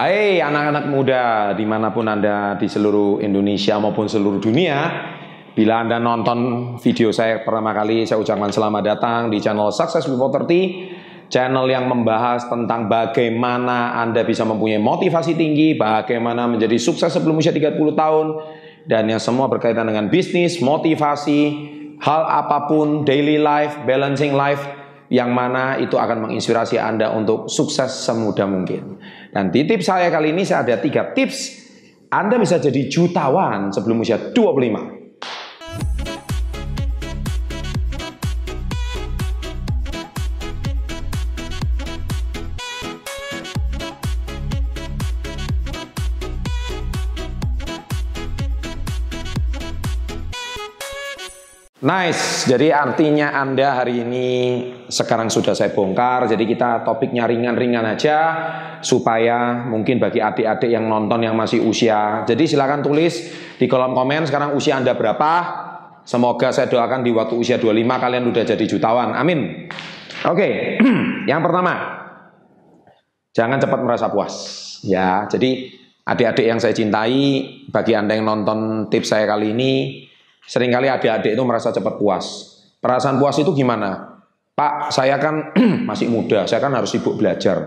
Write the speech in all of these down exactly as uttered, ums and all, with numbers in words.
Hai anak-anak muda dimanapun Anda di seluruh Indonesia maupun seluruh dunia. Bila Anda nonton video saya pertama kali, saya ucapkan selamat datang di channel Success Before tiga puluh, channel yang membahas tentang bagaimana Anda bisa mempunyai motivasi tinggi, bagaimana menjadi sukses sebelum usia tiga puluh tahun, dan yang semua berkaitan dengan bisnis, motivasi, hal apapun, daily life, balancing life, yang mana itu akan menginspirasi Anda untuk sukses semudah mungkin. Dan di tips saya kali ini, saya ada tiga tips Anda bisa jadi jutawan sebelum usia dua puluh lima. Nice, jadi artinya Anda hari ini sekarang sudah saya bongkar. Jadi kita topiknya ringan-ringan aja, supaya mungkin bagi adik-adik yang nonton yang masih usia. Jadi silakan tulis di kolom komen sekarang usia Anda berapa. Semoga saya doakan di waktu usia dua puluh lima kalian udah jadi jutawan, amin. Oke, yang pertama, jangan cepat merasa puas. Ya, jadi adik-adik yang saya cintai, bagi Anda yang nonton tips saya kali ini, seringkali adik-adik itu merasa cepat puas. Perasaan puas itu gimana? Pak, saya kan masih muda, saya kan harus sibuk belajar.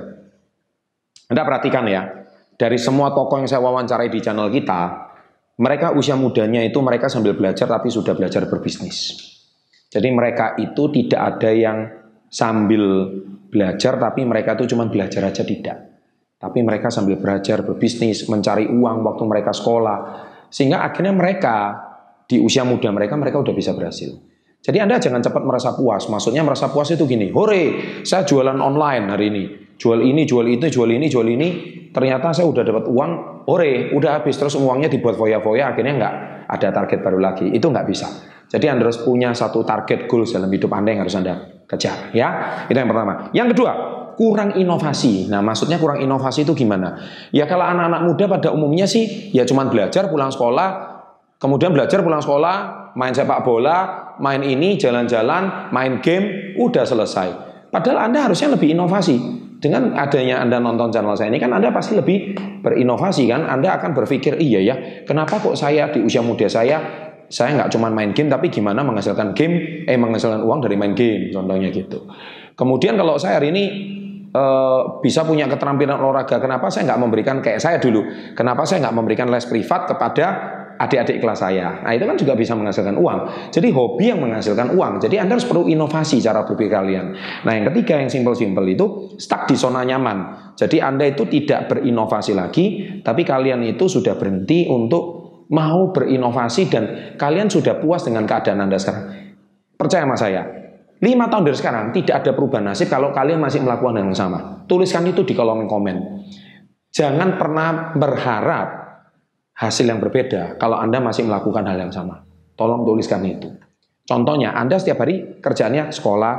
Anda perhatikan ya, dari semua tokoh yang saya wawancarai di channel kita, mereka usia mudanya itu mereka sambil belajar tapi sudah belajar berbisnis. Jadi mereka itu tidak ada yang sambil belajar tapi mereka itu cuma belajar aja, tidak. Tapi mereka sambil belajar berbisnis, mencari uang waktu mereka sekolah. Sehingga akhirnya mereka di usia muda mereka, mereka udah bisa berhasil. Jadi Anda jangan cepat merasa puas. Maksudnya merasa puas itu gini, hore, saya jualan online hari ini. Jual ini, jual itu, jual ini, jual ini. Ternyata saya udah dapat uang, hore, udah habis. Terus uangnya dibuat foya-foya, akhirnya nggak ada target baru lagi. Itu nggak bisa. Jadi Anda harus punya satu target goals dalam hidup Anda yang harus Anda kejar. Ya, itu yang pertama. Yang kedua, kurang inovasi. Nah, maksudnya kurang inovasi itu gimana? Ya kalau anak-anak muda pada umumnya sih, ya cuman belajar, pulang sekolah, kemudian belajar pulang sekolah, main sepak bola, main ini, jalan-jalan, main game, udah selesai. Padahal Anda harusnya lebih inovasi. Dengan adanya Anda nonton channel saya ini kan Anda pasti lebih berinovasi kan. Anda akan berpikir, iya ya, kenapa kok saya di usia muda saya, saya nggak cuma main game, tapi gimana menghasilkan game, eh menghasilkan uang dari main game, contohnya gitu. Kemudian kalau saya hari ini Uh, bisa punya keterampilan olahraga, kenapa saya nggak memberikan kayak saya dulu? Kenapa saya nggak memberikan les privat kepada adik-adik kelas saya? Nah itu kan juga bisa menghasilkan uang. Jadi hobi yang menghasilkan uang. Jadi Anda harus perlu inovasi cara berpikir kalian. Nah yang ketiga yang simple-simple itu stuck di zona nyaman. Jadi Anda itu tidak berinovasi lagi, tapi kalian itu sudah berhenti untuk mau berinovasi dan kalian sudah puas dengan keadaan Anda sekarang. Percaya sama saya, lima tahun dari sekarang tidak ada perubahan nasib kalau kalian masih melakukan hal yang sama. Tuliskan itu di kolom komen. Jangan pernah berharap hasil yang berbeda kalau Anda masih melakukan hal yang sama. Tolong tuliskan itu. Contohnya, Anda setiap hari kerjaannya sekolah,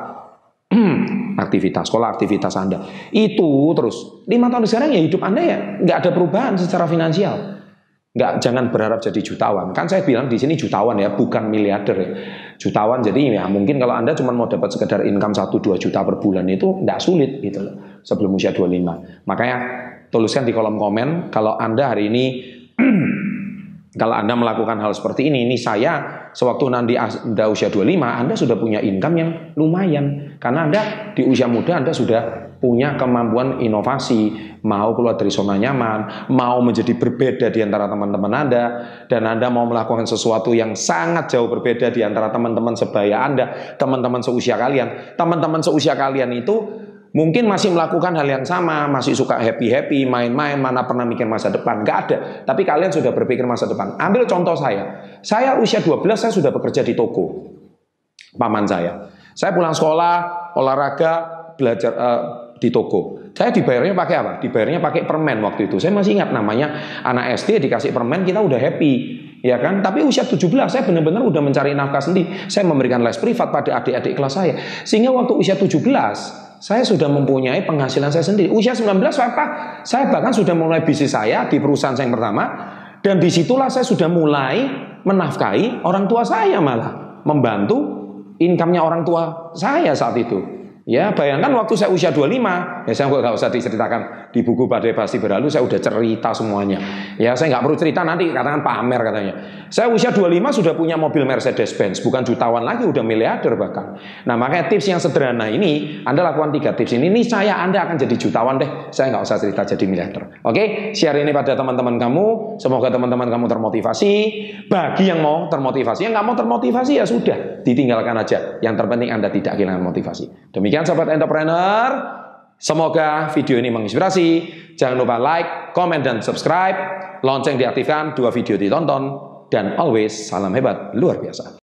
aktivitas, sekolah aktivitas Anda. Itu terus. Lima tahun dari sekarang ya hidup Anda ya nggak ada perubahan secara finansial. Nggak, jangan berharap jadi jutawan. Kan saya bilang di sini jutawan ya, bukan miliarder ya. Jutawan, jadi ya mungkin kalau Anda cuma mau dapat sekedar income satu dua juta per bulan itu nggak sulit gitu loh, sebelum usia dua puluh lima. Makanya tuliskan di kolom komen kalau Anda hari ini kalau Anda melakukan hal seperti ini, ini saya sewaktu nanti Anda usia dua puluh lima, Anda sudah punya income yang lumayan. Karena Anda di usia muda Anda sudah punya kemampuan inovasi, mau keluar dari zona nyaman, mau menjadi berbeda di antara teman-teman Anda, dan Anda mau melakukan sesuatu yang sangat jauh berbeda di antara teman-teman sebaya Anda, teman-teman seusia kalian. Teman-teman seusia kalian itu mungkin masih melakukan hal yang sama, masih suka happy-happy, main-main, mana pernah mikir masa depan, nggak ada. Tapi kalian sudah berpikir masa depan. Ambil contoh saya, saya usia dua belas, saya sudah bekerja di toko paman saya. Saya pulang sekolah, olahraga, belajar uh, di toko. Saya dibayarnya pakai apa? Dibayarnya pakai permen waktu itu. Saya masih ingat namanya anak S D dikasih permen kita udah happy, ya kan? Tapi usia tujuh belas saya benar-benar udah mencari nafkah sendiri. Saya memberikan les privat pada adik-adik kelas saya. Sehingga waktu usia tujuh belas saya sudah mempunyai penghasilan saya sendiri. Usia sembilan belas apa? Saya bahkan sudah mulai bisnis saya di perusahaan saya yang pertama, dan disitulah saya sudah mulai menafkahi orang tua saya, malah membantu income-nya orang tua saya saat itu. Ya, bayangkan waktu saya usia dua puluh lima, Ya saya nggak usah diceritakan di buku Badai Pasti Berlalu, saya udah cerita semuanya. Ya saya nggak perlu cerita nanti katakan pamer katanya. Saya usia dua puluh lima sudah punya mobil Mercedes Benz, bukan jutawan lagi, udah miliarder bahkan. Nah makanya tips yang sederhana ini, Anda lakukan tiga tips ini, ini saya Anda akan jadi jutawan deh. Saya nggak usah cerita jadi miliarder. Oke, share ini pada teman-teman kamu. Semoga teman-teman kamu termotivasi. Bagi yang mau termotivasi, yang nggak mau termotivasi ya sudah, ditinggalkan aja. Yang terpenting Anda tidak kehilangan motivasi. Demikian sobat entrepreneur. Semoga video ini menginspirasi. Jangan lupa like, comment, dan subscribe. Lonceng diaktifkan, dua video ditonton. Dan always salam hebat luar biasa.